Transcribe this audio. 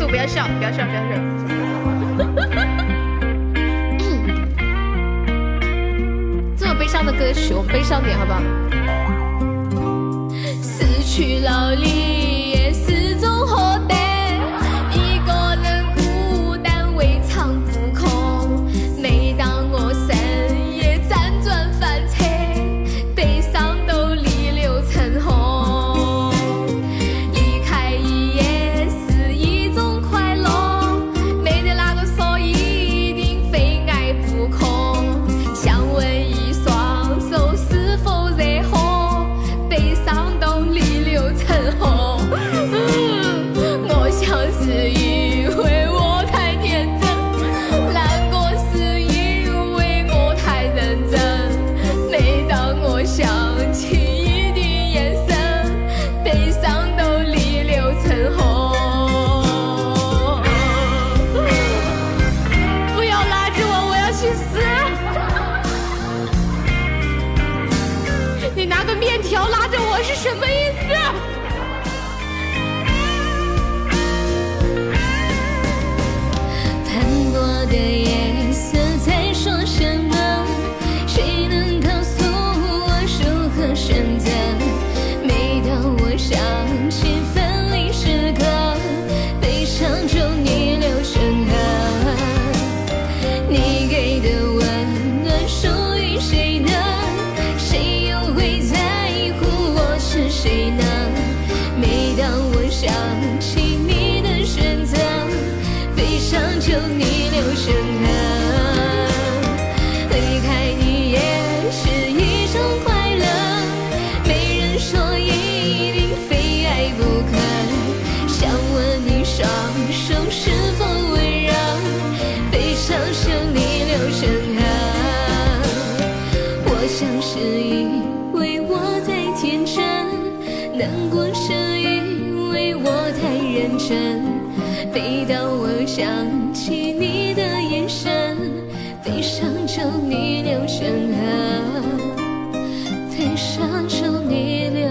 不要笑，不要笑，不要笑。这么悲伤的歌曲，我们悲伤点好不好？失去了你也是种获得，一个人孤单未尝不空。每当我深夜辗转反侧，悲伤都逆流成河。离开一夜是一种快乐，没得哪个说一定非爱不可。想问一双手是否热火，悲伤都逆流成河。我想是因为我太天真，难过是因为我太认真。每当我想起一滴眼神，悲伤都逆流成河。不要拉着我，我要去死！你拿个面条拉着我是什么意思？斑驳的夜色在说什么？谁能告诉我如何选择？每当我想起分离时刻，悲伤就逆流成河。你给的温暖属于谁呢？谁又会在乎我是谁呢？每当我想起你的选择，悲伤就逆流成河。离开你也是一种快乐，没人说一定非爱不可。想问你双手是否温热，悲伤就逆流成河。我想是因为我太天真，难过是因为我太认真。每当我想起你的眼神，悲伤就逆流成河，悲伤就逆流